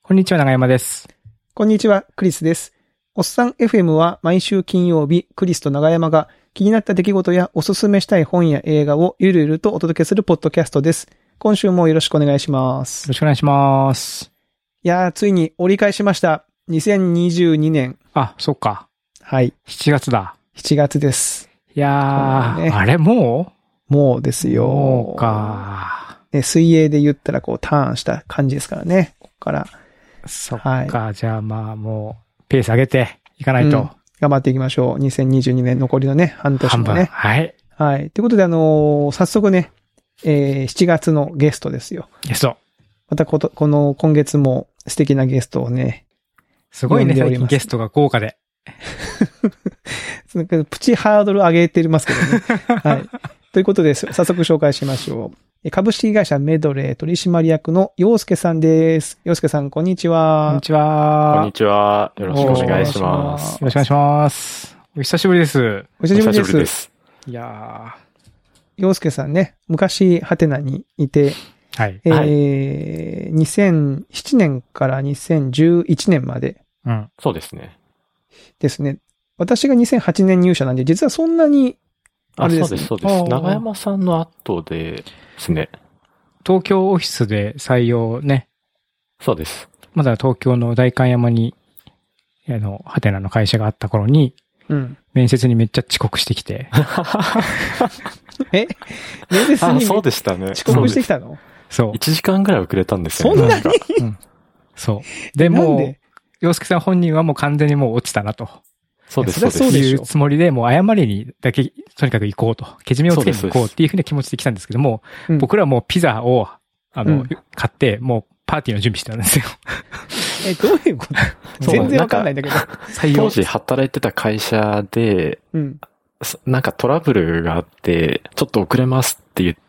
こんにちは、長山です。 こんにちは、クリスです。おっさん FM は毎週金曜日、クリスと長山が気になった出来事やおすすめしたい本や映画をゆるゆるとお届けするポッドキャストです。今週もよろしくお願いします。 よろしくお願いします。 いやー、ついに折り返しました。2022年。 あ、そっか。 はい。 7月だ。 7月です。 いやー、ね、あれもうですよ。 もうか。 ね、水泳で言ったらこうターンした感じですからね。ここから。 そっか、はい、じゃあまあもう、ペース上げていかないと。 頑張っていきましょう。2022年残りのね、半年もね。 はい。 はい。ということで早速ね、7月のゲストですよ。 ゲスト。 また今月も素敵なゲストをね。 すごいね、最近ゲストが豪華で。 プチハードル上げてますけどね。はい。ということで、早速紹介しましょう。株式会社メドレー取締役の陽介さんです。陽介さん、こんにちは。 こんにちは。 こんにちは。よろしくお願いします。 よろしくお願いします。お久しぶりです。 お久しぶりです。 いやー。陽介さんね、昔、ハテナにいて、 はい。 2007年から2011年まで。 うん。そうですね。 ですね。私が2008年入社なんで、実はそんなに、あれですね。 そうです。長山さんの後ですね。 東京オフィスで採用ね。 そうです。 まだ東京の代官山に、ハテナの会社があった頃に、面接にめっちゃ遅刻してきて。 面接にそうでしたね。 遅刻してきたの？ そう。 1時間ぐらい遅れたんですよね。そんなに？ そう。で、もう、洋介さん本人はもう完全にもう落ちたなと。 そうです、 そういうつもりで、もう謝りにだけ、とにかく行こうと。けじめをつけに行こうっていうふうな気持ちで来たんですけども、僕らはもうピザを、買って、もうパーティーの準備してたんですよ。 どういうこと全然わかんないんだけど。 当時働いてた会社で、なんかトラブルがあって、ちょっと遅れますって言って、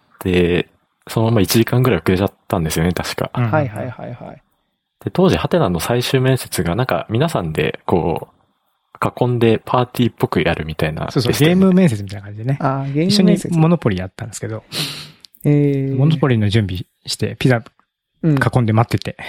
そのまま1時間ぐらい遅れちゃったんですよね、確か。 はい。 で、当時ハテナの最終面接がなんか皆さんでこう、囲んでパーティーっぽくやるみたいな、 そう、ゲーム面接みたいな感じでね。 ゲーム面接。 一緒にモノポリやったんですけど、モノポリの準備して、ピザ囲んで待ってて。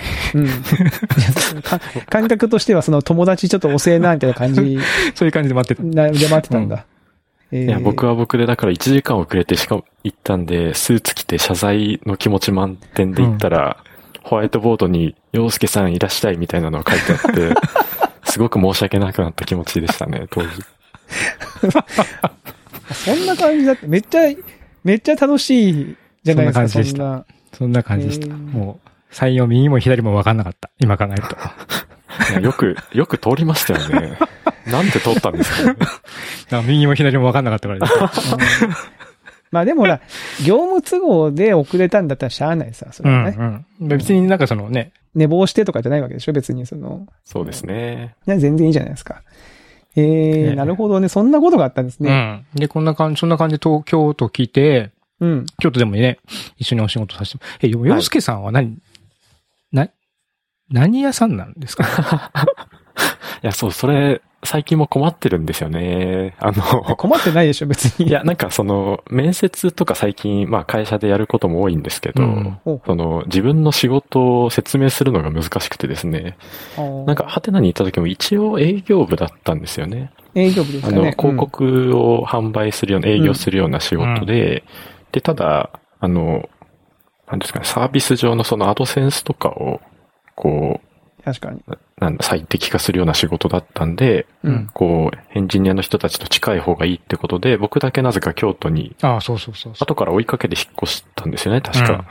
感覚としてはその友達ちょっと遅えな、みたいな感じ。 そういう感じで待ってた。 で待ってたんだ。 いや、僕は僕でだから1時間遅れてしかも行ったんで、スーツ着て謝罪の気持ち満点で行ったら、ホワイトボードに、陽介さんいらっしゃいみたいなのが書いてあって、すごく申し訳なくなった気持ちでしたね、当時。 そんな感じだって、めっちゃ楽しいじゃないですか、 そんな感じでした。もう、採用右も左も分かんなかった。今考えると。 よく通りましたよね。なんで通ったんですかね。 右も左も分かんなかったからです。 まあでもほら、業務都合で遅れたんだったらしゃあないさ、それはね。 別になんかそのね。 寝坊してとかじゃないわけでしょ、別にそうですね。 全然いいじゃないですか。なるほどね。そんなことがあったんですね。 で、そんな感じで東京都来て、京都でもね、一緒にお仕事させても。洋介さんは何屋さんなんですか？ いや、それ、最近も困ってるんですよね。 困ってないでしょ、別に。 いや、なんか面接とか最近、まあ会社でやることも多いんですけど、自分の仕事を説明するのが難しくてですね。なんか、ハテナに行った時も一応営業部だったんですよね。 営業部ですかね。 広告を販売するような、営業するような仕事で、で、ただ、なんですかね、サービス上のそのアドセンスとかを、こう、 確かに。 最適化するような仕事だったんで、こう、エンジニアの人たちと近い方がいいってことで、僕だけなぜか京都に、後から追いかけて引っ越したんですよね、確か。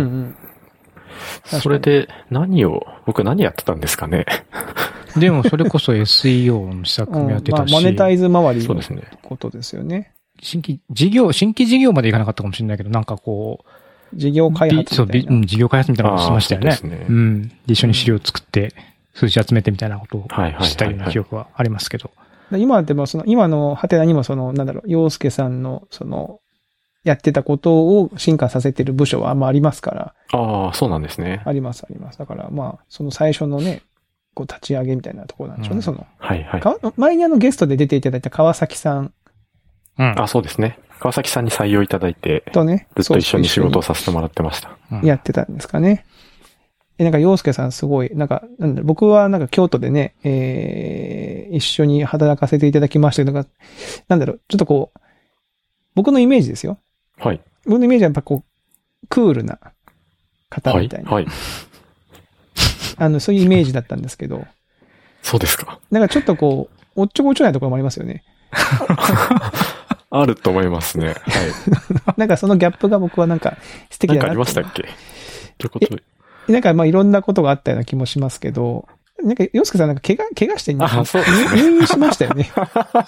それで、僕何やってたんですかね。 でも、それこそ SEO の施策もやってたし。 マネタイズ周りのことですよね。 新規事業までいかなかったかもしれないけど、なんかこう、 事業開発みたいな。 事業開発みたいなことしましたよね。そうですね。一緒に資料を作って、数字集めてみたいなことをしたような記憶はありますけど。 今でも今のハテナにも陽介さんのやってたことを進化させてる部署はありますから。 ああ、そうなんですね。 あります。だからまあ、最初のね、こう立ち上げみたいなところなんでしょうね、前にゲストで出ていただいた川崎さん。 そうですね。川崎さんに採用いただいて、ずっと一緒に仕事をさせてもらってました。 やってたんですかね。 なんか、洋介さんすごい、なんだろう、僕はなんか京都でね、一緒に働かせていただきましたけど、なんだろう、ちょっとこう、僕のイメージですよ。 はい。 僕のイメージはやっぱこう、クールな方みたいな。 はい。 そういうイメージだったんですけど。 そうですか。 なんかちょっとこう、おっちょこちょないところもありますよね。 あると思いますね。はい。 なんかそのギャップが僕はなんか素敵だな。 なんかありましたっけ？ちょこちょい。 なんかまあいろんなことがあったような気もしますけど、なんか、洋介さんなんか怪我して入院しましたよね。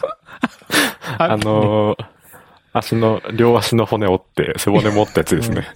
両足の骨折って、背骨も折ったやつですね。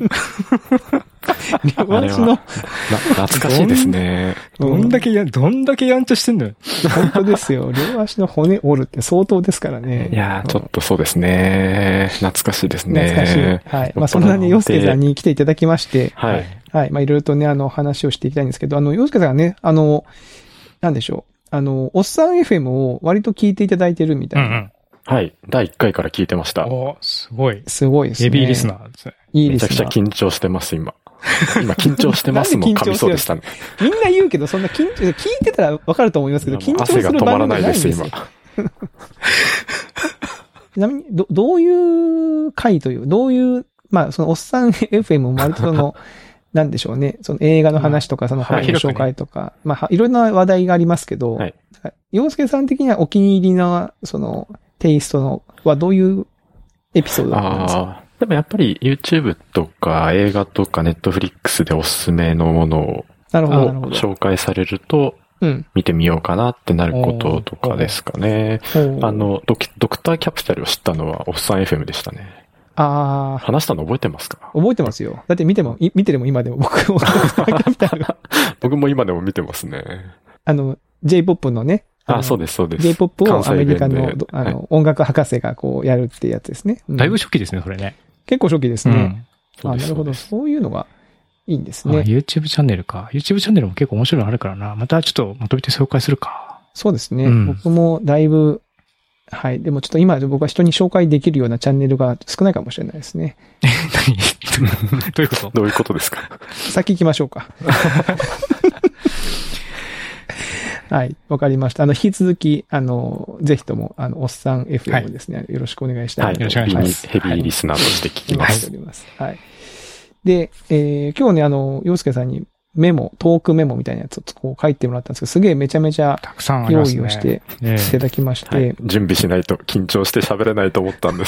両足の。 懐かしいですね。 どんだけやんちゃしてんのよ。 本当ですよ。両足の骨折るって相当ですからね。 いやー、ちょっとそうですね。懐かしいですね。 懐かしい。はい。まあそんなに洋介さんに来ていただきまして。 はい。 はい。まあいろいろとね、話をしていきたいんですけど、洋介さんがね、なんでしょう。おっさん FM を割と聞いていただいてるみたいな。 うんうん。 はい。第1回から聞いてました。 おすごい。 すごいですね。 ヘビーリスナーですね。 いいリスナー。 めちゃくちゃ緊張してます、今緊張してますも噛みそうでしたね。 みんな言うけど、そんな聞いてたらわかると思いますけど、緊張する場面がないんですよ。汗が止まらないです、今。ちなみに、どういう回という、どういう、まあ、そのおっさん FM も割とその、なんでしょうね。その映画の話とか、その本の紹介とか、まあ、いろんな話題がありますけど、はい。洋介さん的にはお気に入りの、その、テイストのはどういうエピソードなんですか？ でもやっぱり YouTube とか映画とか Netflix でおすすめのものを紹介されると、見てみようかなってなることとかですかね。ドクターキャピタルを知ったのはおっさん FM でしたね。話したの覚えてますか？ 覚えてますよ。だって見てるも今でも僕も僕も今でも見てますね。 J-POP のね。 そうです、そうです。 J-POP をアメリカの、音楽博士がこうやるってやつですね。 だいぶ初期ですね、それね。 結構初期ですね。なるほど。そういうのがいいんですね。 YouTube チャンネルか。YouTube チャンネルも結構面白いのあるからな。またちょっとまとめて紹介するか。 そうですね。僕もだいぶ、はい。でもちょっと今僕は人に紹介できるようなチャンネルが少ないかもしれないですね。 どういうことどういうことですか？ 先行きましょうか。はい。わかりました。引き続き、ぜひとも、おっさん FM ですね、よろしくお願いしたいと思います。 よろしくお願いします。ヘビーリスナーとして聞きます。 はい。で、今日ね、洋介さんにトークメモみたいなやつをこう書いてもらったんですけど、すげえめちゃめちゃ用意をしていただきまして、 準備しないと緊張して喋れないと思ったんです。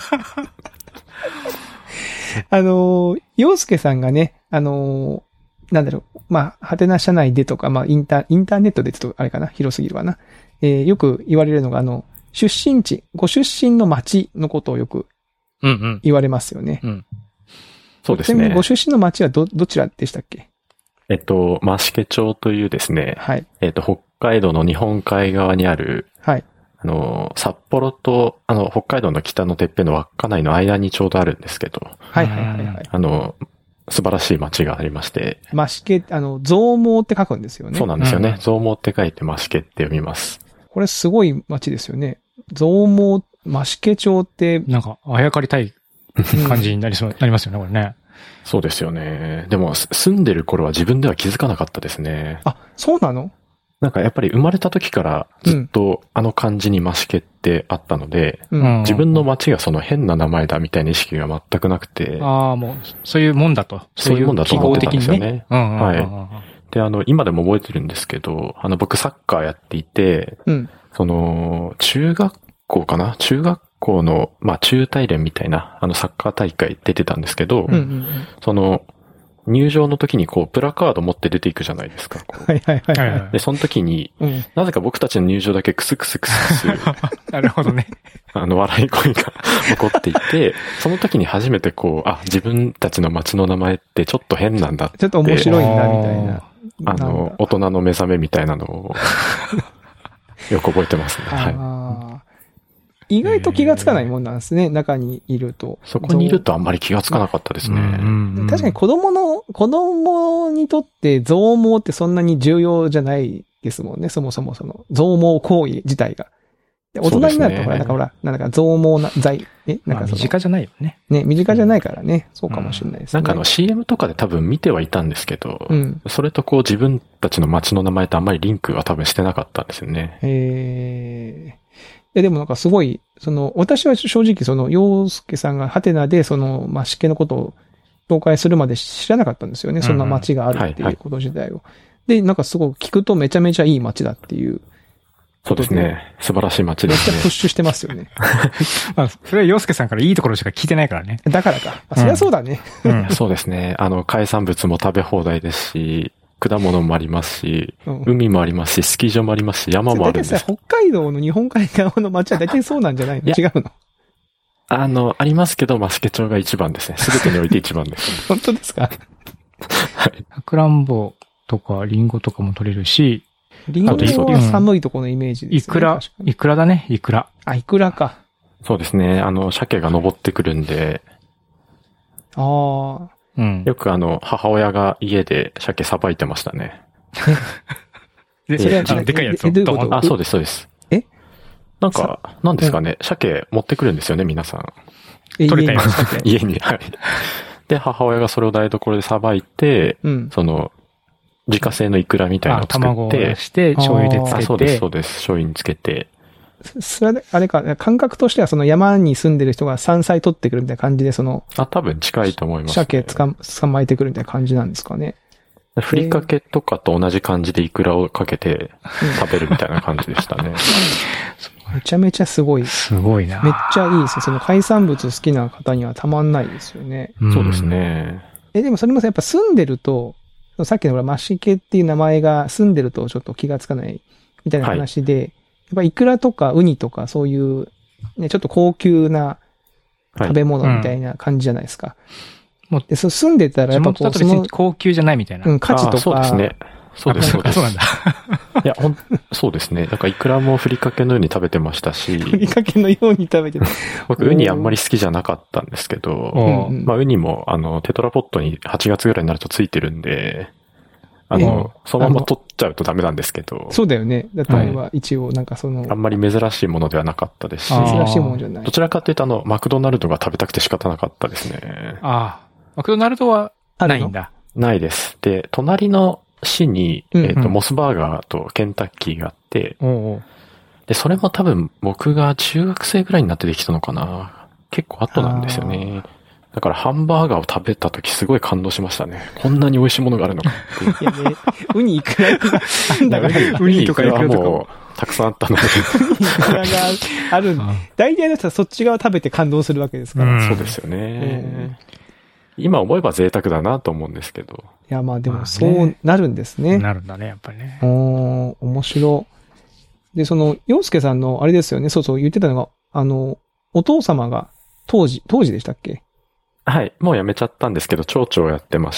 洋介さんがね、なんだろう、まあ、はてな社内でとか、まあ、インターネットでちょっとあれかな、広すぎるわな。よく言われるのが、出身地、ご出身の町のことをよく言われますよね。 そうですね。 ちなみにご出身の町はどちらでしたっけ？ 増毛町というですね、 はい。 北海道の日本海側にある、 はい。 札幌と、北海道の北のてっぺんの稚内の間にちょうどあるんですけど、 はいはいはいはい。 素晴らしい町がありまして。 増毛、増毛って書くんですよね。 そうなんですよね。増毛って書いて増毛って読みます。 これすごい町ですよね。増毛、増毛町って。 なんか、あやかりたい感じになりますよね、これね。 そうですよね。でも、住んでる頃は自分では気づかなかったですね。 そうなの？ なんかやっぱり生まれた時からずっと漢字に増毛ってあったので、自分の町がその変な名前だみたいな意識が全くなくて。 もう、そういうもんだと。 そういうもんだと思ってたんですよね。 はい。 で、今でも覚えてるんですけど、僕サッカーやっていて、中学校の、まあ、中大連みたいな、サッカー大会出てたんですけど、入場の時にプラカード持って出ていくじゃないですか。 はいはいはい。 で、その時に、なぜか僕たちの入場だけクスクスクスする。 なるほどね。 笑い声が起こっていて、その時に初めて自分たちの街の名前ってちょっと変なんだって。 ちょっと面白いんだみたいな。 大人の目覚めみたいなのを、よく覚えてますね。はい。 意外と気がつかないもんなんですね、中にいると。 そこにいるとあんまり気がつかなかったですね。 確かに子供にとって増毛ってそんなに重要じゃないですもんね、そもそも増毛行為自体が。 大人になると、なんかなんか増毛な剤、なんか身近じゃないよね。 ね、身近じゃないからね、そうかもしれないですね。 なんかCM とかで多分見てはいたんですけど、それとこう自分たちの街の名前とあんまりリンクは多分してなかったんですよね。 でもなんかすごい、私は正直洋介さんがハテナでマシケのことを紹介するまで知らなかったんですよね。そんな街があるっていうこと自体を。で、なんかすごく聞くとめちゃめちゃいい街だっていう。 そうですね。素晴らしい街ですね。 めっちゃプッシュしてますよね。 まあ、それは洋介さんからいいところしか聞いてないからね。 だからか。そりゃそうだね。 そうですね。海産物も食べ放題ですし、果物もありますし、海もありますし、スキー場もありますし、山もあるんです。 だってさ、北海道の日本海側の街は大体そうなんじゃないの？違うの？ ありますけど、増毛町が一番ですね。すべてにおいて一番です。 本当ですか？ はい。 さくらんぼとかリンゴとかも取れるし、 リンゴは寒いところのイメージですね。 イクラだね、イクラ。 あ、イクラか。 そうですね。鮭が登ってくるんで。 よく母親が家で鮭さばいてましたね。 で、それはでかいやつを。 あ、そうです、そうです。なんか、なんですかね。鮭持ってくるんですよね、皆さん。 取れたやつ。 家に、はい。で、母親がそれを台所でさばいて、自家製のイクラみたいなのを作って。 卵を出して、醤油でつけて。 そうです、そうです。醤油につけて。 それは、あれか、感覚としては山に住んでる人が山菜取ってくるみたいな感じで、 多分近いと思います、ね。 鮭捕まえてくるみたいな感じなんですかね。 ふりかけとかと同じ感じでイクラをかけて食べるみたいな感じでしたね。 めちゃめちゃすごい。 すごいな。 めっちゃいいですね。海産物好きな方にはたまんないですよね。 そうですね。 でもそれもやっぱ住んでると、さっきのマシケっていう名前が住んでるとちょっと気がつかないみたいな話で、やっぱイクラとかウニとかそういうね、ちょっと高級な食べ物みたいな感じじゃないですか。で、住んでたらやっぱこう高級じゃないみたいな。 価値とか。 そうですね。そうです、そうです。 そうなんだ。 いや、そうですね。なんかイクラもふりかけのように食べてましたし。 ふりかけのように食べてた。 僕、ウニあんまり好きじゃなかったんですけど、ウニも、テトラポットに8月ぐらいになるとついてるんで、そのまま取っちゃうとダメなんですけど。 そうだよね。だってあれは一応なんかあんまり珍しいものではなかったですし。 珍しいものじゃない。 どちらかというとマクドナルドが食べたくて仕方なかったですね。 マクドナルドはないんだ。 ないです。で、隣の市に、モスバーガーとケンタッキーがあって、で、それも多分僕が中学生ぐらいになってできたのかな。結構後なんですよね。だからハンバーガーを食べた時すごい感動しましたね。こんなに美味しいものがあるのかって。 いやね、ウニいくらがあんだから、 ウニとかいくらとかもたくさんあったので。 ウニいくらがある。大体の人はそっち側食べて感動するわけですから。 そうですよね。今思えば贅沢だなと思うんですけど。 いや、まあでもそうなるんですね。 なるんだね、やっぱりね。 面白。で、洋介さんのあれですよね、そう言ってたのが、お父様が当時でしたっけ？ はい。もう辞めちゃったんですけど、町長をやってまして、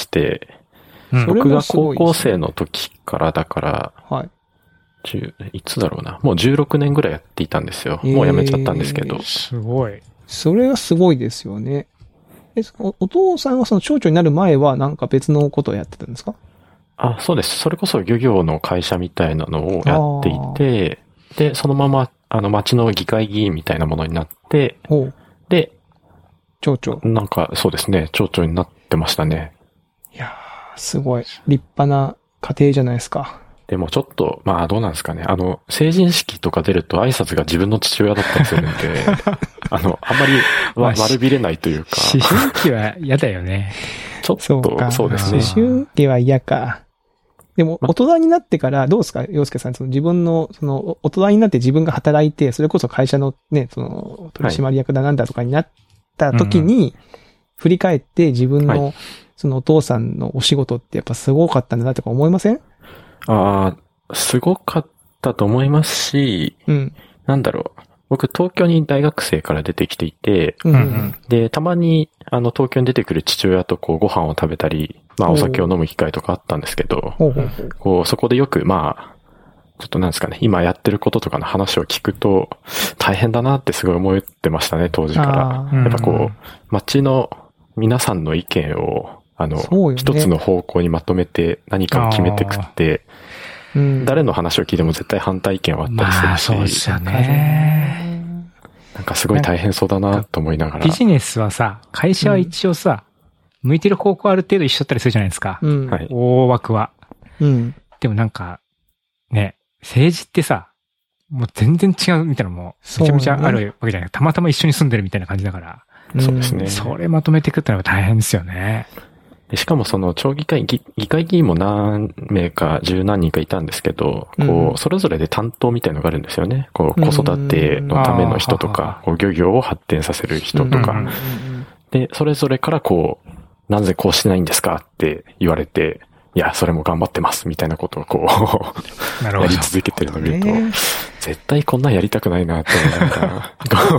僕が高校生の時からだから、いつだろうな。もう16年ぐらいやっていたんですよ。もう辞めちゃったんですけど。 すごい。 それがすごいですよね。お父さんは町長になる前はなんか別のことをやってたんですか？ そうです。それこそ漁業の会社みたいなのをやっていて、で、そのまま、町の議会議員みたいなものになって、で、 町長。 なんか、そうですね、町長になってましたね。 いやー、すごい。立派な家庭じゃないですか。 でもちょっと、どうなんですかね。成人式とか出ると挨拶が自分の父親だったりするんで、あんまり悪びれないというか。 思春期は嫌だよね。 ちょっと、そうですね。 思春期は嫌か。でも、大人になってから、どうですか洋介さん、自分の、大人になって自分が働いて、それこそ会社のね、取締役だなんだとかになった時に、振り返って自分の、お父さんのお仕事ってやっぱすごかったんだなとか思いません？ すごかったと思いますし、なんだろう。僕、東京に大学生から出てきていて、で、たまに、東京に出てくる父親とご飯を食べたり、お酒を飲む機会とかあったんですけど、そこでよく、ちょっとなんですかね、今やってることとかの話を聞くと、大変だなってすごい思ってましたね、当時から。やっぱ街の皆さんの意見を、一つの方向にまとめて何かを決めてくって、 誰の話を聞いても絶対反対意見はあったりするし。 そうですよね。 なんかすごい大変そうだなと思いながら。 ビジネスはさ、会社は一応さ、向いてる方向ある程度一緒だったりするじゃないですか。 はい、 大枠は。でもなんか、ね、政治ってさ、もう全然違うみたいなのもめちゃめちゃあるわけじゃない。たまたま一緒に住んでるみたいな感じだから。 そうですね。 それまとめていくってのは大変ですよね。 でしかもその町議会議員も何名か十何人かいたんですけど、こう、それぞれで担当みたいのがあるんですよね。こう、子育てのための人とか、こう漁業を発展させる人とか。で、それぞれからこう、なぜこうしてないんですかって言われて、いや、それも頑張ってますみたいなことをこう、やり続けてるのを見ると、絶対こんなんやりたくないなって思いながら、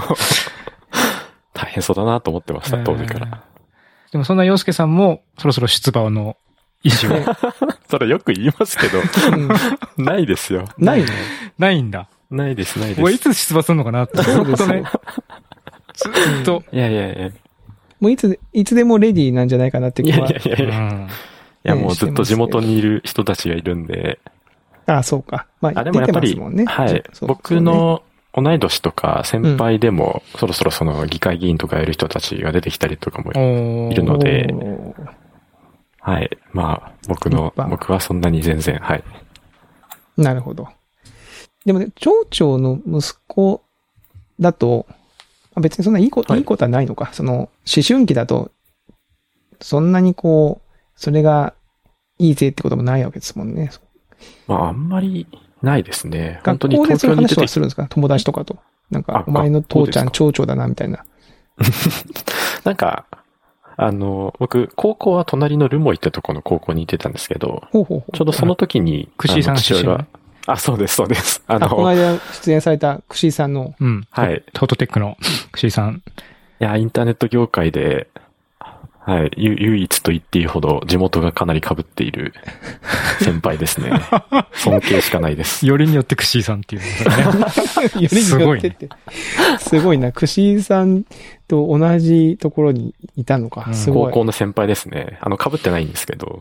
大変そうだなと思ってました、当時から。 でもそんな洋介さんもそろそろ出馬の意思を。 それよく言いますけど、ないですよ。 ないの？ ないんだ。 ないです、ないです。 もういつ出馬するのかなって。そうですね。ずっと。 いやいやいや。 もういつでもレディーなんじゃないかなって気は。 いやもうずっと地元にいる人たちがいるんで。 ああ、そうか。まあ、 でもやっぱり、 ね、 はい。僕の同い年とか先輩でも、そろそろその議会議員とかやる人たちが出てきたりとかもいるので、はい。まあ、僕はそんなに全然、はい。 なるほど。でもね、町長の息子だと、別にそんないいことはないのか。その、思春期だと、そんなにこう、それがいいぜってこともないわけですもんね。 まあ、あんまりないですね。 本当に東京に出てきて。学校でそういう話はするんですか？友達とかと。なんか、お前の父ちゃん町長だな、みたいな。 なんか、僕、高校は隣の留萌ってとこの高校に行ってたんですけど、ちょうどその時に、 串井さん出身が、 そうです、そうです。 この間出演された串井さんの、 はい。トートテックの串井さん。 いや、インターネット業界で、はい、唯一と言っていいほど地元がかなり被っている先輩ですね。尊敬しかないです。 よりによって串井さんっていうのがね。 よりによってって。すごいな。串井さんと同じところにいたのか。すごい。 高校の先輩ですね。被ってないんですけど。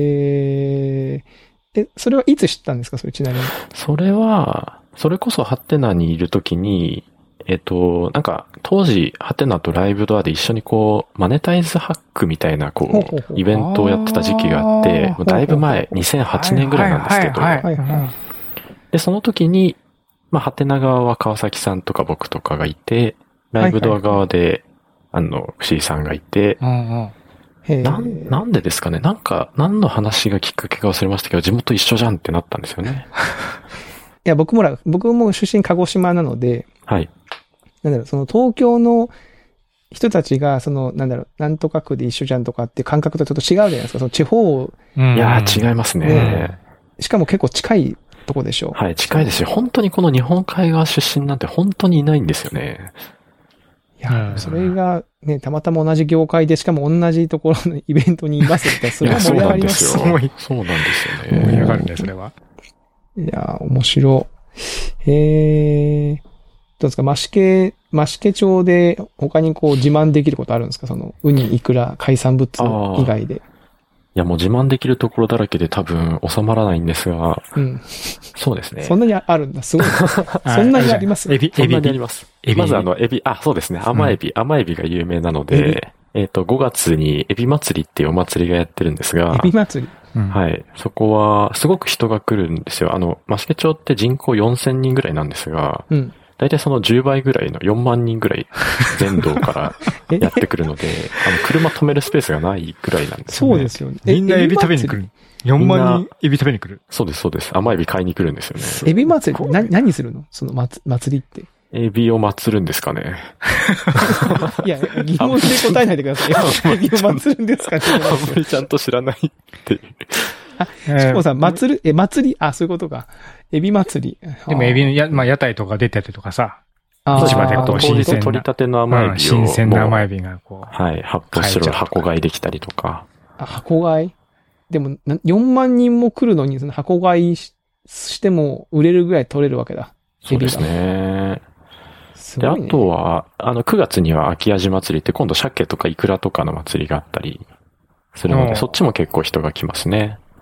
それはいつ知ったんですか？それちなみに。 それこそハテナにいるときに、なんか、当時、ハテナとライブドアで一緒にこう、マネタイズハックみたいな、こう、イベントをやってた時期があって、だいぶ前、2008年ぐらいなんですけど、で、その時に、まあ、ハテナ側は川崎さんとか僕とかがいて、ライブドア側で、串井さんがいて、なんでですかね？なんか、何の話がきっかけか忘れましたけど、地元一緒じゃんってなったんですよね。 いや、僕も出身鹿児島なので、 はい。 その東京の人たちが、なんとか区で一緒じゃんとかっていう感覚とちょっと違うじゃないですか。その地方。 いやー、違いますね。 しかも結構近いとこでしょ。 はい、近いですよ。本当にこの日本海側出身なんて本当にいないんですよね。 いや、それがね、たまたま同じ業界で、しかも同じところのイベントにいますみたいな、それは盛り上がりますよ。 そうなんですよね。 盛り上がるね、それは。 いや、面白い。どうですか、増毛町で他にこう自慢できることあるんですか？その、ウニ、イクラ、海産物以外で。 いや、もう自慢できるところだらけで多分収まらないんですが、そうですね。 そんなにあるんだ、すごい。そんなにあります？ そんなにあります。まずエビ、そうですね、甘エビが有名なので、5月にエビ祭りっていうお祭りがやってるんですが、 エビ祭り？ はい。そこは、すごく人が来るんですよ。増毛町って人口4000人ぐらいなんですが、だいたいその10倍ぐらいの4万人ぐらい全道からやってくるので、車止めるスペースがないぐらいなんですよね。 そうですよね。 みんなエビ食べに来る。4万人エビ食べに来る。 そうです、そうです。甘エビ買いに来るんですよね。 エビ祭り何するの？その祭りって。 エビを祀るんですかね。 いや、疑問で答えないでください。エビを祀るんですかね。 あんまりちゃんと知らないっていう。 しかもさ、祭り、そういうことか。エビ祭り。 でもエビの屋台とか出てたりとかさ。市場でこう新鮮な。取り立ての甘エビを。 新鮮な甘エビがこう。 はい。発泡スチロール箱買いできたりとか。 箱買い？でも、4万人も来るのに、その箱買いしても売れるぐらい取れるわけだ。 そうですね。で、あとは、9月には秋味祭りって今度鮭とかイクラとかの祭りがあったりするので、そっちも結構人が来ますね。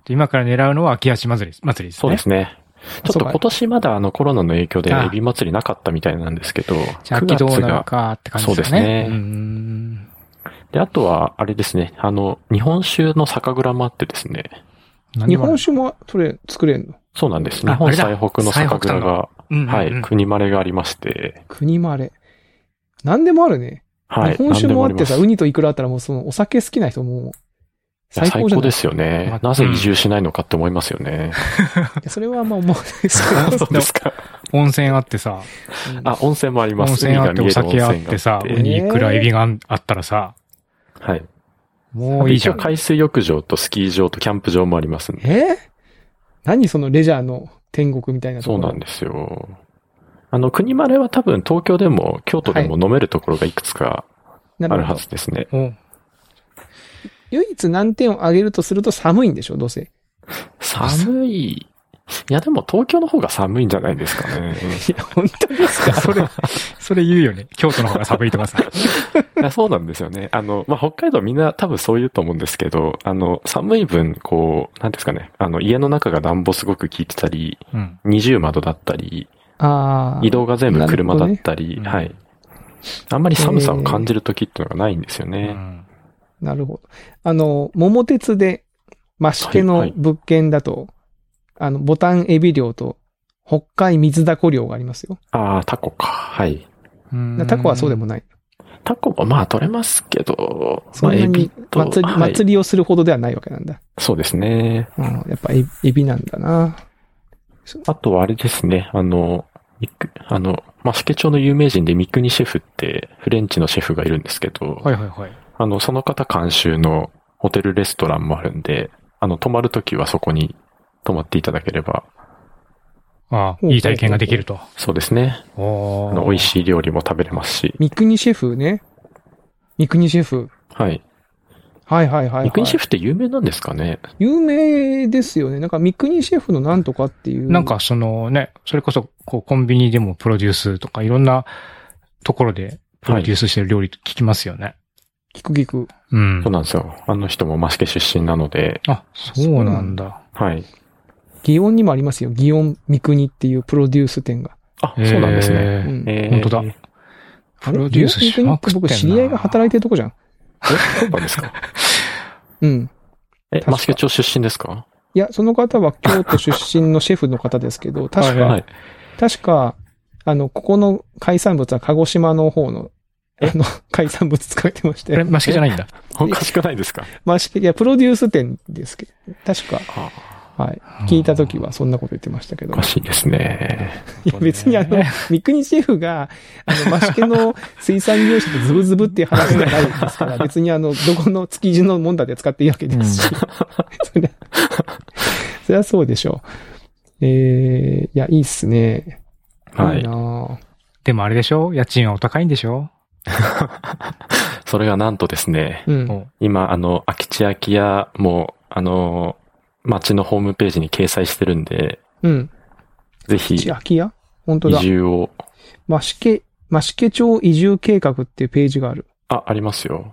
今から狙うのは秋橋祭りですね。 そうですね。ちょっと今年まだコロナの影響でエビ祭りなかったみたいなんですけど、 じゃあ秋どうなるかって感じですね。 そうですね。で、あとは、あれですね、日本酒の酒蔵もあってですね。 日本酒も作れるの？ そうなんです。日本最北の酒蔵が、はい、国まれがありまして。 国まれ。何でもあるね。はい。日本酒もあってさ、ウニとイクラあったらもうお酒好きな人も最高ですよね。なぜ移住しないのかって思いますよね。 それはまあ思うんですけど。 そうですか。 温泉あってさ。 温泉もあります。 温泉あってお酒あってさ、ウニ、イクラ、エビがあったらさ。 はい。 もういいじゃん。 海水浴場とスキー場とキャンプ場もありますね。何そのレジャーの天国みたいなところ。 そうなんですよ。国まれは多分東京でも京都でも飲めるところがいくつかあるはずですね。 唯一難点を挙げるとすると寒いんでしょ、どうせ。 寒い。いやでも東京の方が寒いんじゃないですかね。 いや、本当ですか？ それ言うよね。京都の方が寒いとかさ。 いやそうなんですよね。北海道みんな多分そう言うと思うんですけど、寒い分、なんですかね、家の中が暖房すごく効いてたり、二重窓だったり、移動が全部車だったり、はい。あんまり寒さを感じる時っていうのがないんですよね。 なるほど。桃鉄で、増毛の物件だと、ボタンエビ漁と、北海水ダコ漁がありますよ。 ああ、タコか。はい。 タコはそうでもない。 タコもまあ取れますけど、 そんなに祭りをするほどではないわけなんだ。 そうですね。 やっぱエビなんだな。 あとはあれですね、増毛町の有名人で三國シェフってフレンチのシェフがいるんですけど、 はいはいはい。 その方監修のホテルレストランもあるんで、泊まるときはそこに泊まっていただければ。 いい体験ができると。 そうですね。美味しい料理も食べれますし。 三國シェフね。三國シェフ。 はい。 はいはいはい。 三國シェフって有名なんですかね？ 有名ですよね。なんか三國シェフのなんとかっていう。 なんかそれこそコンビニでもプロデュースとかいろんなところでプロデュースしてる料理聞きますよね。 聞く。 そうなんですよ。人も増毛出身なので。 そうなんだ。 はい。 祇園にもありますよ。祇園三國っていうプロデュース店が。 そうなんですね。 本当だ。プロデュースしまくってんな。 僕知り合いが働いてるとこじゃん。 そうなんですか？ 増毛町出身ですか？ いや、その方は京都出身のシェフの方ですけど、確か、ここの海産物は鹿児島の方の、海産物使ってまして。 増毛じゃないんだ。 おかしくないですか？ 増毛、いや、プロデュース店ですけど、確か。はい。聞いたときはそんなこと言ってましたけど。 おかしいですね。 いや、別に三國シェフが、増毛の水産業者とズブズブっていう話じゃないですから、別にどこの築地のもんだで使っていいわけですし。それはそうでしょう。いや、いいっすね。 はい。 でもあれでしょ？家賃はお高いんでしょ？ それがなんとですね、今、空き地空き家も、町のホームページに掲載してるんで、ぜひ、 空き家？本当だ。 移住を。 増毛町移住計画っていうページがある。 ありますよ。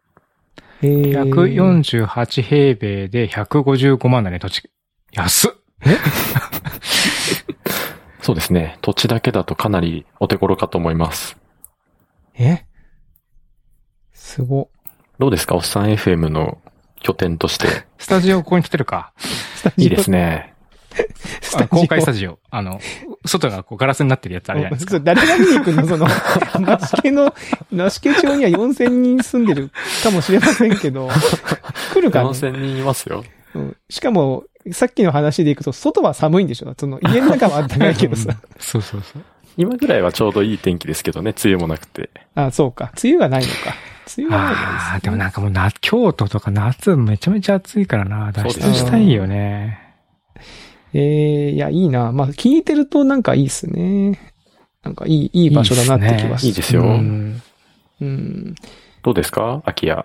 148平米で155万だね、土地。安っ。 そうですね。土地だけだとかなりお手頃かと思います。 すご。 どうですか？おっさん FM の拠点として。 スタジオここに来てるか。 いいですね。 公開スタジオ。外がガラスになってるやつあるじゃないですか。 誰が見に行くの？増毛町には4000人住んでるかもしれませんけど、来るかな？ 4000人いますよ。 しかも、さっきの話でいくと、外は寒いんでしょ？家の中は暖かいけどさ。 そうそうそう。 今ぐらいはちょうどいい天気ですけどね、梅雨もなくて。 そうか。梅雨がないのか。梅雨はないですね。 でもなんかもう京都とか夏めちゃめちゃ暑いからな、脱出したいよね。 いや、いいな。聞いてるとなんかいいっすね。なんかいい場所だなって気はする。 いいですよ。どうですか？空き家。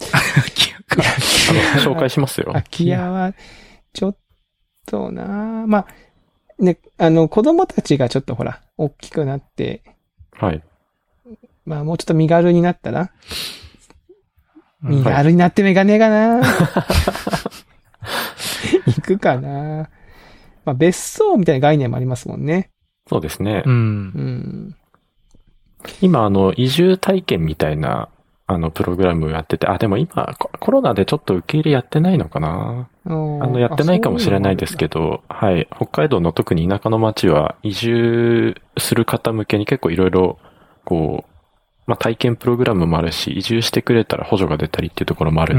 紹介しますよ。 空き家は、ちょっとな。ね、子供たちがちょっとほら、大きくなって。 はい。 もうちょっと身軽になったら。身軽になってメガネがな。いくかな。まあ、別荘みたいな概念もありますもんね。 そうですね。 今、 移住体験みたいな、プログラムをやってて、でも今、コロナでちょっと受け入れやってないのかな。やってないかもしれないですけど、はい。北海道の特に田舎の町は、移住する方向けに結構いろいろ、体験プログラムもあるし、移住してくれたら補助が出たりっていうところもある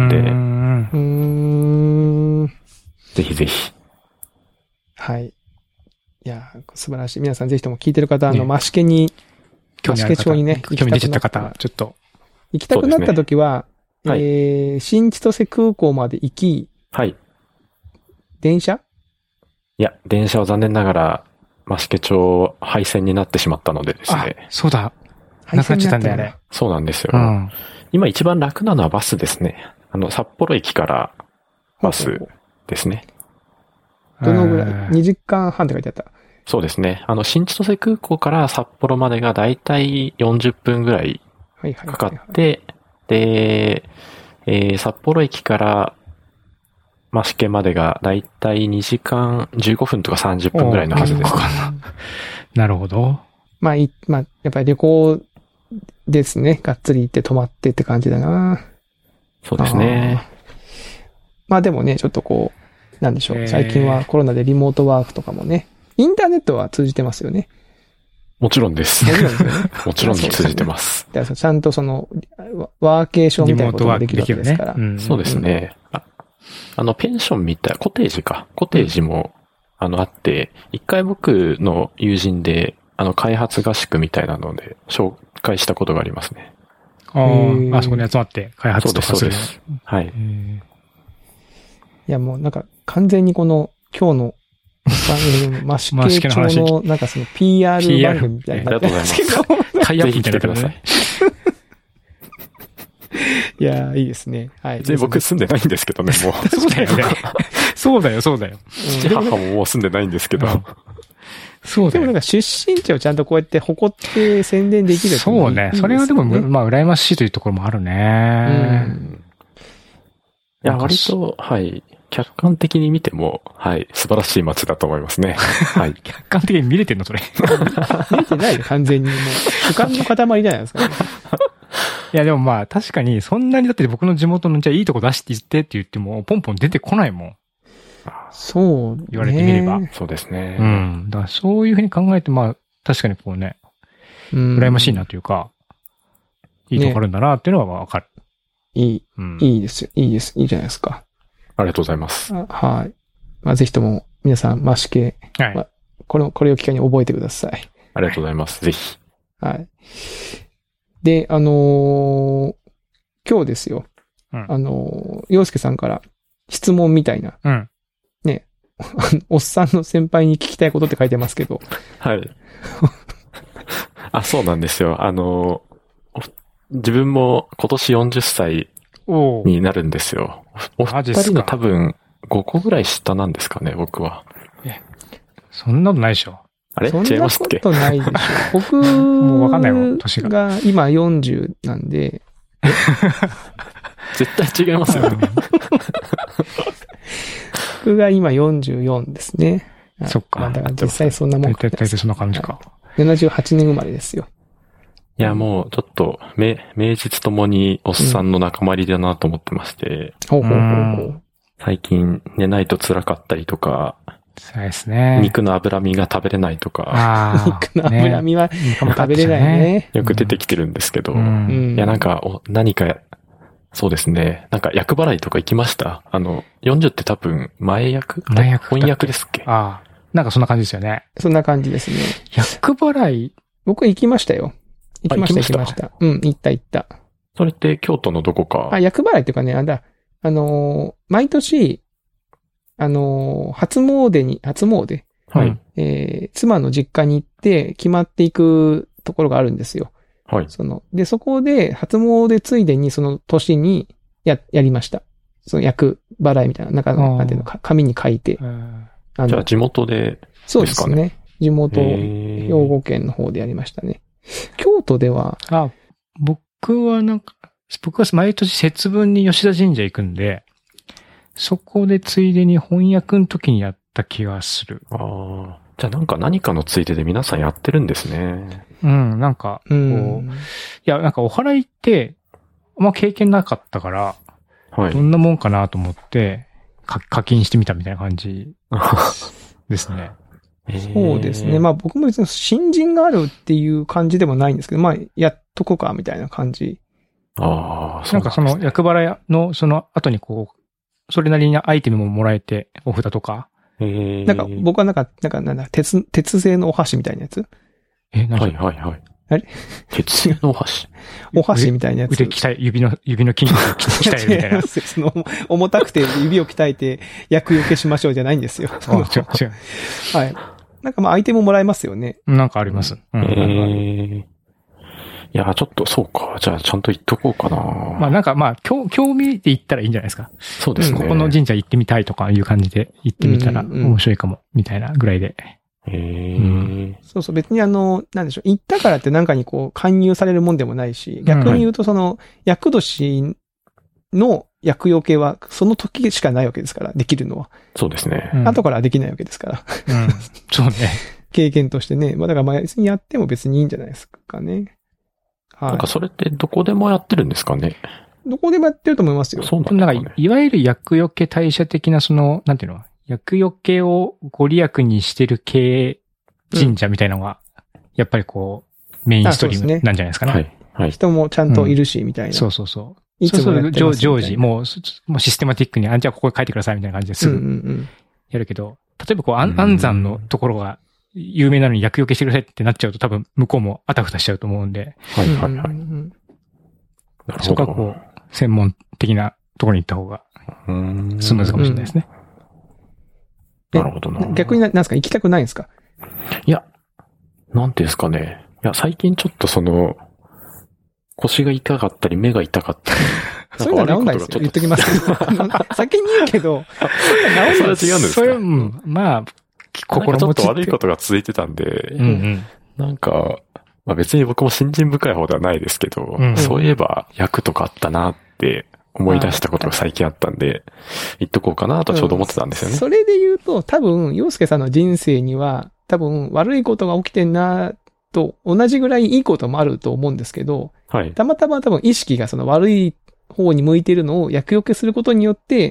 んで、ぜひぜひ。 はい。いや、素晴らしい。皆さんぜひとも聞いてる方、マシケ町にね、 興味出ちゃった方、ちょっと。 行きたくなった時は、新千歳空港まで行き、 はい。 電車？ いや、電車は残念ながら、増毛町廃線になってしまったのでですね。 そうだ。なくなっちゃったんだよね。 そうなんですよ。今一番楽なのはバスですね。札幌駅からバスですね。 どのぐらい ?2 時間半って書いてあった。 そうですね。新千歳空港から札幌までがだいたい40分ぐらいかかって、で、札幌駅から増毛までがだいたい2時間15分とか30分ぐらいのはずです。 なるほど。 やっぱり旅行ですね。がっつり行って泊まってって感じだな。 そうですね。 でもね、ちょっとなんでしょう。最近はコロナでリモートワークとかもね、インターネットは通じてますよね。 もちろんです。もちろん通じてます。 ちゃんとワーケーションみたいなことができるわけですから。 そうですね。ペンションみたい、コテージか。コテージも、あって、一回僕の友人で、開発合宿みたいなので、紹介したことがありますね。 そこに集まって開発とかする。 そうです。はい。 いや、もう完全に今日の番組の増毛町のPR 番組みたいな。 ありがとうございます。 タイアップみたいなください。 いやいいですね。はい。 僕住んでないんですけどね、もう。 そうだよね。そうだよ。 父母ももう住んでないんですけど。 そうだよ。でも出身地をちゃんとこうやって誇って宣伝できる。 そうね。それはでも、羨ましいというところもあるね。 いや、割と、はい。客観的に見ても、はい。素晴らしい街だと思いますね。はい。 客観的に見れてんのそれ。 見れてないよ、完全に。もう、主観の塊じゃないですか、ね。 いや、でも確かに、そんなにだって僕の地元のじゃあいいとこ出して言ってって言っても、ポンポン出てこないもん。 そう。 言われてみれば。 そうですね。 だからそういうふうに考えて、確かに羨ましいなというか、いいとこあるんだなっていうのはわかる。 いいですよ。いいです。いいじゃないですか。 ありがとうございます。 はい。ぜひとも、皆さん、増毛。はい。これを機会に覚えてください。 ありがとうございます。ぜひ。 はい。で、今日ですよ。洋介さんから質問みたいな。ね。おっさんの先輩に聞きたいことって書いてますけど。 はい。そうなんですよ。自分も今年40歳になるんですよ。お二人の多分5個ぐらい下なんですかね、僕は。 そんなことないでしょ。 あれ違いますっけ？ そんなことないでしょ。僕もうわかんないもん、年が。 が今40なんで。 絶対違いますよね。 僕が今44ですね。 そっか。 だから実際そんなもんか。 大体そんな感じか。 78年生まれですよ。 いや、もうちょっと、名実ともにおっさんの仲間入りだなと思ってまして。最近寝ないと辛かったりとか。 そうですね。 肉の脂身が食べれないとか。 肉の脂身は食べれないね。 よく出てきてるんですけど。いや、何か、そうですね。役払いとか行きました？40って多分、翻訳ですっけ？ そんな感じですよね。 そんな感じですね。 役払い僕行きましたよ。行きました。行った。 それって京都のどこか？ 役払いっていうかね、毎年、初詣。 はい。 妻の実家に行って決まっていくところがあるんですよ。 はい。 そこで、初詣ついでにその年にやりました。その役払いみたいな、なんていうのか、紙に書いて。 じゃあ地元でですかね。 そうですね。地元、兵庫県の方でやりましたね。京都では、 僕は毎年節分に吉田神社行くんで、 そこでついでに翻訳の時にやった気がする。 ああ。じゃあなんか何かのついでで皆さんやってるんですね。 うん、なんか、こう、いや、なんかお祓いって、経験なかったから、 はい。 どんなもんかなと思って、課金してみたみたいな感じですね。 そうですね。僕も別に新人があるっていう感じでもないんですけど、やっとこうかみたいな感じ。 ああ、 なんかその厄払いのその後にこう、それなりにアイテムももらえて、お札とか。 なんか僕はなんか鉄製のお箸みたいなやつ。 何はい。 あれ鉄製のお箸お箸みたいなやつ。 指の筋肉を鍛えるみたいな。 その重たくて指を鍛えて厄除けしましょうじゃないんですよ。 違う。 はい。なんかアイテムもらえますよね。 なんかあります。 いや、ちょっとそうか。じゃあちゃんと言っとこうかな。 なんか興味で言ったらいいんじゃないですか。 そうですね。 ここの神社行ってみたいとかいう感じで行ってみたら面白いかも、みたいなぐらいで。 そうそう、別になんでしょう。行ったからってなんかにこう、勧誘されるもんでもないし、逆に言うと厄年の厄除けは、その時しかないわけですから、できるのは。 そうですね。 後からはできないわけですから。 そうね。 経験としてね。だから別にやっても別にいいんじゃないですかね。はい。 なんかそれってどこでもやってるんですかね。 どこでもやってると思いますよ。 そうなんですね。 なんか、いわゆる厄除け代謝的ななんていうの厄除けをご利益にしてる系神社みたいなのが、やっぱりこう、メインストリームなんじゃないですかね。 はい。人もちゃんといるし、みたいな。 そう。いつもやってます。常時、もうシステマティックに、じゃあここに書いてくださいみたいな感じですぐやるけど、例えばこう、安産のところが有名なのに厄除けしてくださいってなっちゃうと多分向こうもあたふたしちゃうと思うんで。 はい。 そこはこう、専門的なところに行った方が、スムーズかもしれないですね。 なるほどな。 逆になんですか行きたくないんですか？ いや、なんていうんですかね。いや、最近ちょっと腰が痛かったり、目が痛かったり。 そういうのは治んないですよ。言っときますけど。先に言うけど、そういうのは治んないです。 それは違うんですか？ それは、心持ち。 ちょっと悪いことが続いてたんで、なんか、別に僕も信心深い方ではないですけど、そういえば役とかあったなって思い出したことが最近あったんで、言っとこうかなとちょうど思ってたんですよね。 それで言うと、多分、洋介さんの人生には、多分悪いことが起きてんなと同じぐらいいいこともあると思うんですけど、たまたま多分意識がその悪い方に向いているのを厄除けすることによって、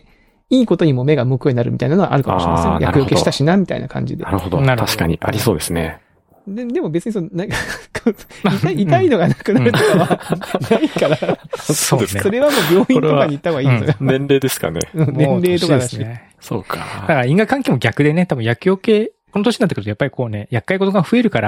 いいことにも目が向くようになるみたいなのはあるかもしれません。厄除けしたしな、みたいな感じで。 なるほど。確かにありそうですね。 でも別に痛いのがなくなるとかはないから、 そうですね。 それはもう病院とかに行った方がいいんですよ。 年齢ですかね。 年齢とかだし。 そうか。 だから因果関係も逆でね、多分厄除け、この年になってくるとやっぱりこうね、厄介事が増えるから、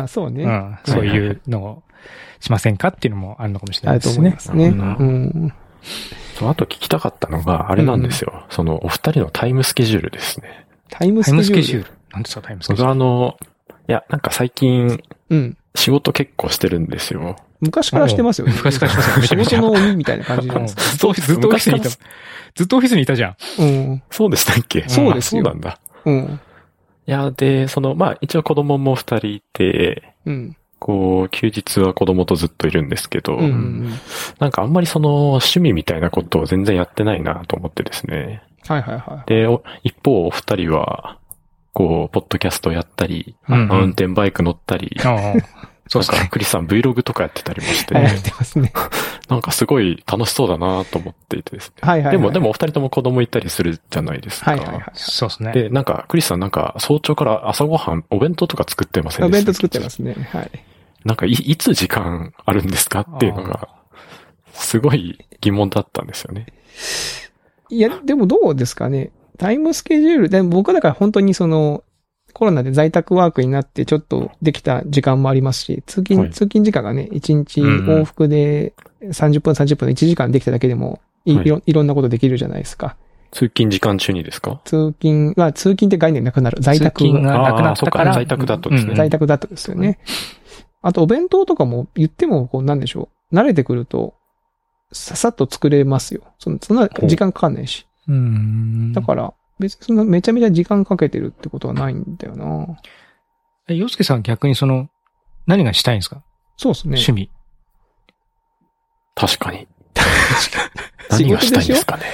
そうね。 そういうのをしませんかっていうのもあるのかもしれないですね。 あると思いますね。 あと聞きたかったのが、あれなんですよ。お二人のタイムスケジュールですね。 タイムスケジュール何ですか、タイムスケジュール。 僕いや、なんか最近、仕事結構してるんですよ。 昔からしてますよね。 昔からしてますよ。 仕事の鬼みたいな感じなんですか。 ずっとオフィスにいた。ずっとオフィスにいたじゃん。 そうでしたっけ？ そうですよ。 そうなんだ。いや、で、一応子供も二人いて、こう、休日は子供とずっといるんですけど、なんかあんまり趣味みたいなことを全然やってないなと思ってですね。で、一方、お二人は、こう、ポッドキャストやったり、マウンテンバイク乗ったり、そうですね。クリスさん Vlog とかやってたりもして、 やってますね。 なんかすごい楽しそうだなと思っていてですね。でもお二人とも子供いたりするじゃないですか。 そうですね。 で、なんか、クリスさんなんか早朝から朝ごはん、お弁当とか作ってませんでした？ お弁当作ってますね。はい。 なんかいつ時間あるんですかっていうのが、すごい疑問だったんですよね。 いや、でもどうですかね。タイムスケジュール、でも僕はだから本当にコロナで在宅ワークになってちょっとできた時間もありますし、通勤時間がね、1日往復で30分の1時間できただけでもいろんなことできるじゃないですか。 通勤時間中にですか？ 通勤って概念なくなる。在宅がなくなったから。 在宅だとですね。 在宅だとですよね。あとお弁当とかも言ってもなんでしょう。慣れてくると、ささっと作れますよ。そんな時間かかんないし。だから、別にそんなめちゃめちゃ時間かけてるってことはないんだよな。 洋介さん逆に何がしたいんですか？ そうですね。 趣味。 確かに。何がしたいんですかね。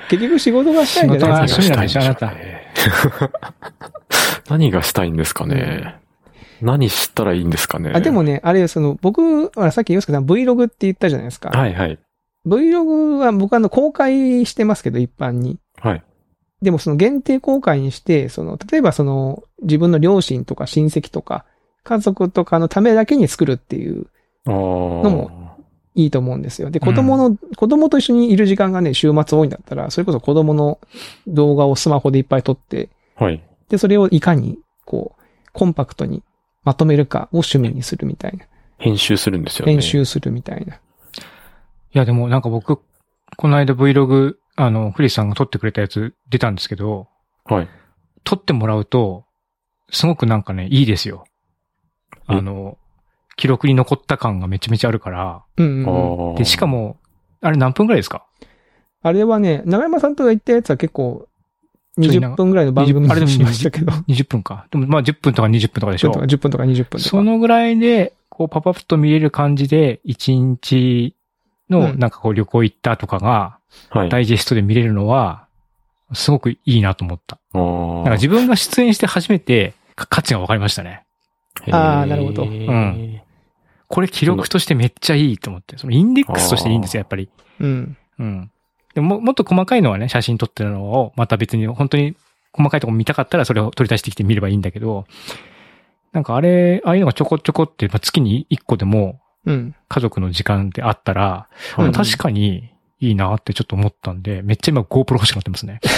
結局仕事がしたいんじゃないですか。 仕事が趣味なんでしょ、あなた。 何がしたいんですかね。何したらいいんですかね。 でもね、あれ、僕、さっき洋介さん Vlog って言ったじゃないですか。 はいはい。 Vlog は僕公開してますけど、一般に。 はい。 でも限定公開にして、例えば自分の両親とか親戚とか、家族とかのためだけに作るっていうのもいいと思うんですよ。で、子供と一緒にいる時間がね、週末多いんだったら、それこそ子供の動画をスマホでいっぱい撮って、 はい。 で、それをいかに、コンパクトにまとめるかを趣味にするみたいな。 編集するんですよね。 編集するみたいな。 いや、でもなんか僕、この間 Vlog、クリスさんが撮ってくれたやつ出たんですけど、 はい。 撮ってもらうと、すごくなんかね、いいですよ。記録に残った感がめちゃめちゃあるから。で、しかも、あれ何分くらいですか？ あれはね、長山さんとが言ったやつは結構、20分ぐらいの番組にしましたけど。 20分か。でもまあ10分とか20分とかでしょ。 10分とか20分とか。 そのぐらいで、パパッと見れる感じで、1日のなんか旅行行ったとかが、ダイジェストで見れるのは、すごくいいなと思った。なんか自分が出演して初めて価値が分かりましたね。 なるほど。 これ記録としてめっちゃいいと思って、インデックスとしていいんですよ、やっぱり。でもっと細かいのはね、写真撮ってるのを、また別に本当に細かいところ見たかったらそれを取り出してきて見ればいいんだけど、なんかああいうのがちょこちょこって、月に1個でも、家族の時間であったら、確かにいいなってちょっと思ったんで、めっちゃ今 GoPro 欲しくなってますね。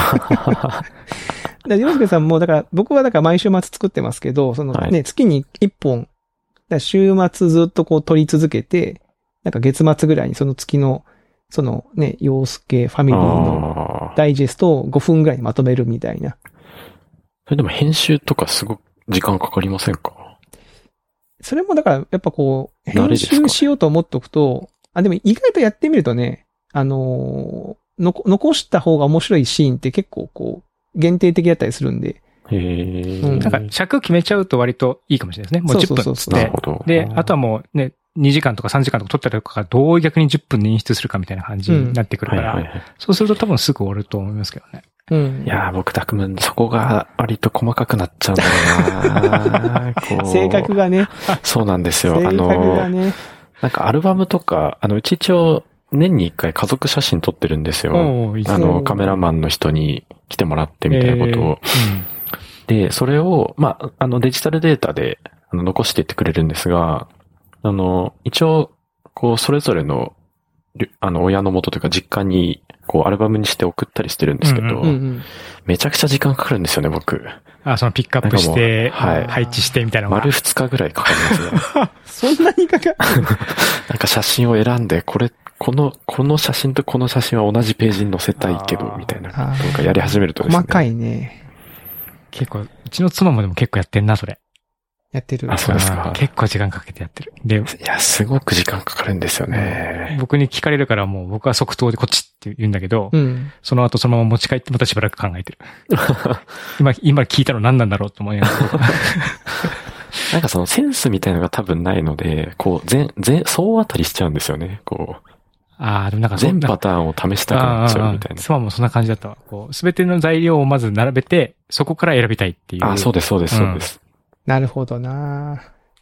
洋介さんも、僕は毎週末作ってますけど、月に1本、週末ずっと撮り続けて、月末ぐらいにその月の、洋介ファミリーのダイジェストを5分ぐらいにまとめるみたいな。 それでも編集とかすごく時間かかりませんか？ それもやっぱ編集しようと思っておくと、でも意外とやってみるとね、残した方が面白いシーンって結構限定的だったりするんで。 なんか尺決めちゃうと割といいかもしれないですね。もう10分つって。で、あとはもうね、2時間とか3時間とか撮ったりとかどう逆に10分で演出するかみたいな感じになってくるから、そうすると多分すぐ終わると思いますけどね。 いやー、僕そこが割と細かくなっちゃうんだよな性格がね。 そうなんですよ。 性格がね。 なんかアルバムとか、うち一応年に1回家族写真撮ってるんですよ。カメラマンの人に来てもらってみたいなことを。で、それを、デジタルデータで残していってくれるんですが、一応、それぞれの、親の元というか実家に、アルバムにして送ったりしてるんですけど、めちゃくちゃ時間かかるんですよね、僕。 ピックアップして、配置してみたいなのが。 丸2日ぐらいかかりますね。そんなにかかるなんか写真を選んで、この写真とこの写真は同じページに載せたいけど、みたいなことがやり始めるとですね。 細かいね。 結構、うちの妻もでも結構やってんな、それ。 やってる。 そうですか。 結構時間かけてやってる。で、 いや、すごく時間かかるんですよね。 僕に聞かれるからもう僕は即答でこっちって言うんだけど、その後そのまま持ち帰ってまたしばらく考えてる。今聞いたの何なんだろうと思いながら。 なんかセンスみたいなのが多分ないので、総当たりしちゃうんですよね。でもなんか全パターンを試したくなっちゃうみたいな。 妻もそんな感じだったわ。すべての材料をまず並べて、そこから選びたいっていう。 そうです、そうです、そうです。 なるほどな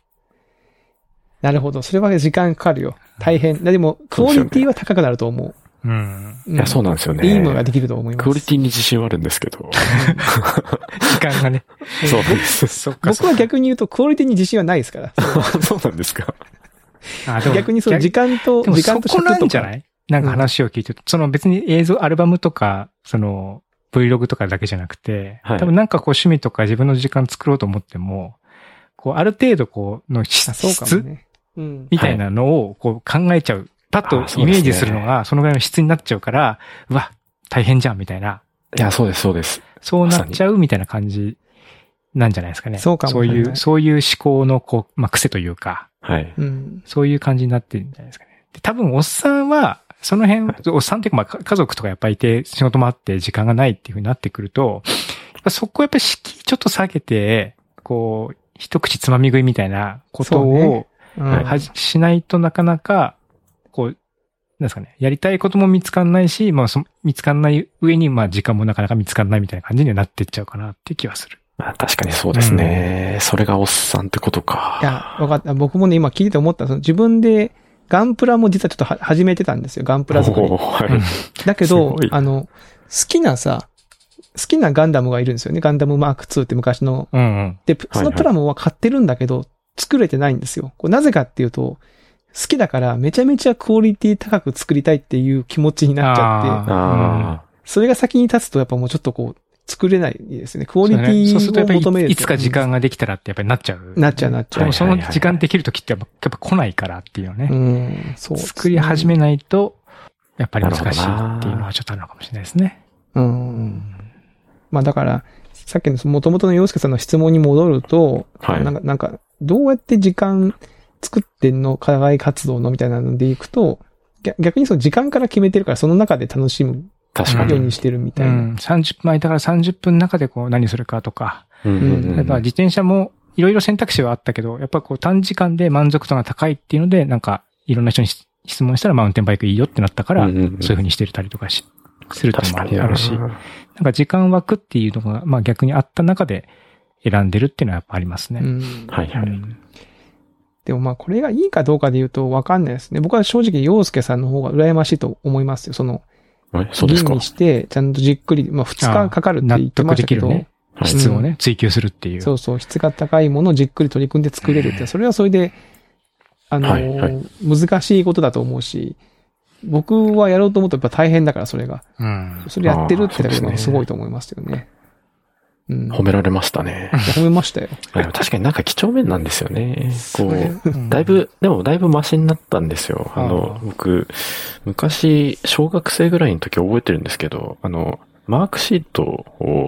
るほど。それは時間かかるよ。大変。でも、クオリティは高くなると思う。 いや、そうなんですよね。 いいものができると思います。 クオリティに自信はあるんですけど。 時間がね。 そうです。 僕は逆に言うと、クオリティに自信はないですから。 そうなんですか。 逆に時間と尺とか。そこなんじゃない？なんか話を聞いてると、別に映像、アルバムとか、Vlog とかだけじゃなくて、多分なんか趣味とか自分の時間作ろうと思っても、ある程度の質みたいなのを考えちゃう。パッとイメージするのがそのぐらいの質になっちゃうから、うわ、大変じゃんみたいな。 いや、そうです、そうです。 そうなっちゃうみたいな感じなんじゃないですかね。 そうかもしれない。 そういう思考の癖というか、そういう感じになってるんじゃないですかね。で多分おっさんは、その辺、おっさんっていうか家族とかやっぱりいて仕事もあって時間がないっていう風になってくると、そこをやっぱり敷居ちょっと下げて、一口つまみ食いみたいなことを、しないとなかなか、 ですかね。やりたいことも見つかんないし、まあ見つかんない上に、まあ時間もなかなか見つかんないみたいな感じにはなっていっちゃうかなっていう気はする。 確かにそうですね。それがおっさんってことか。 いや、わかった。僕もね、今聞いてて思った。自分で、ガンプラも実はちょっと始めてたんですよ。ガンプラ作り。 はい、 だけど、好きなガンダムがいるんですよね。ガンダムマーク2って昔の。で、そのプラモは買ってるんだけど、作れてないんですよ。なぜかっていうと、好きだからめちゃめちゃクオリティ高く作りたいっていう気持ちになっちゃって、それが先に立つとやっぱもうちょっと作れないですね。クオリティを求めると。 いつか時間ができたらってやっぱりなっちゃう。 なっちゃう。 でもその時間できるときってやっぱ来ないからっていうのね。 そう。 作り始めないと、やっぱり難しいっていうのはちょっとあるのかもしれないですね。 まあだから、さっきの元々の洋介さんの質問に戻ると、なんか、どうやって時間作ってんの課外活動のみたいなのでいくと、逆にその時間から決めてるからその中で楽しむようにしてるみたいな。 30分、だから30分の中で何するかとか、やっぱ自転車もいろいろ選択肢はあったけど、やっぱ短時間で満足度が高いっていうので、なんかいろんな人に質問したらマウンテンバイクいいよってなったから、そういう風にしてたりとかするっていうのもあるし、なんか時間枠っていうのが、まあ逆にあった中で選んでるっていうのはやっぱありますね。 でもまあこれがいいかどうかで言うと分かんないですね。僕は正直洋介さんの方が羨ましいと思いますよ。 そうですか。 吟味して、ちゃんとじっくり、まあ2日かかるって言ってましたけど、 ね、質をね、追求するっていう。 そう、質が高いものをじっくり取り組んで作れるって、それはそれで、難しいことだと思うし、僕はやろうと思うとやっぱ大変だからそれが。それやってるってだけでもすごいと思いますよね。 褒められましたね。 褒めましたよ。 確かになんか几帳面なんですよね。だいぶマシになったんですよ。僕、昔、小学生ぐらいの時覚えてるんですけど、マークシート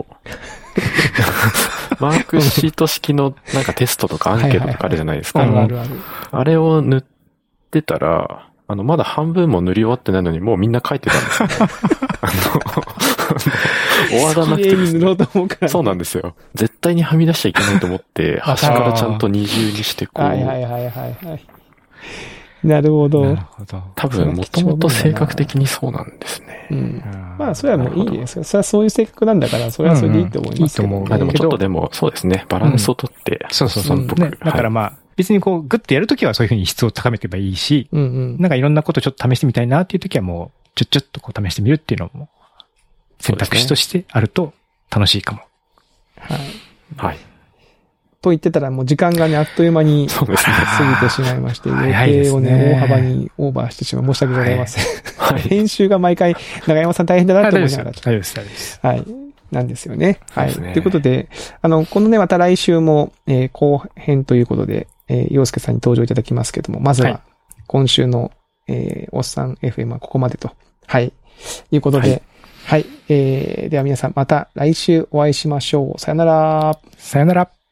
式のなんかテストとかアンケートとかあるじゃないですか。あれを塗ってたら、まだ半分も塗り終わってないのにもうみんな書いてたんですよね。終わらなくてですね。 塗ろうと思うから、 そうなんですよ。絶対にはみ出しちゃいけないと思って、端からちゃんと二重にしてなるほど。 多分、もともと性格的にそうなんですね。 まあ、それはもういいですよ。それはそういう性格なんだから、それはそれでいいと思いますけど。 でもちょっとでも、そうですね。バランスをとって。 そう。だからまあ、別にグッてやるときはそういうふうに質を高めていけばいいし、なんかいろんなことちょっと試してみたいなっていうときはもう、ちょっと試してみるっていうのも、選択肢としてあると楽しいかも。 はい。 と言ってたらもう時間がね、あっという間に過ぎてしまいまして、予定をね、大幅にオーバーしてしまい、申し訳ございません。編集が毎回、長山さん大変だなと思いながら。 大丈夫です。 はい。なんですよね。はい。ということで、このね、また来週も、後編ということで、洋介さんに登場いただきますけども、まずは、今週の、おっさん FM はここまでと。はい。いうことで、はい。では皆さんまた来週お会いしましょう。さよなら。 さよなら。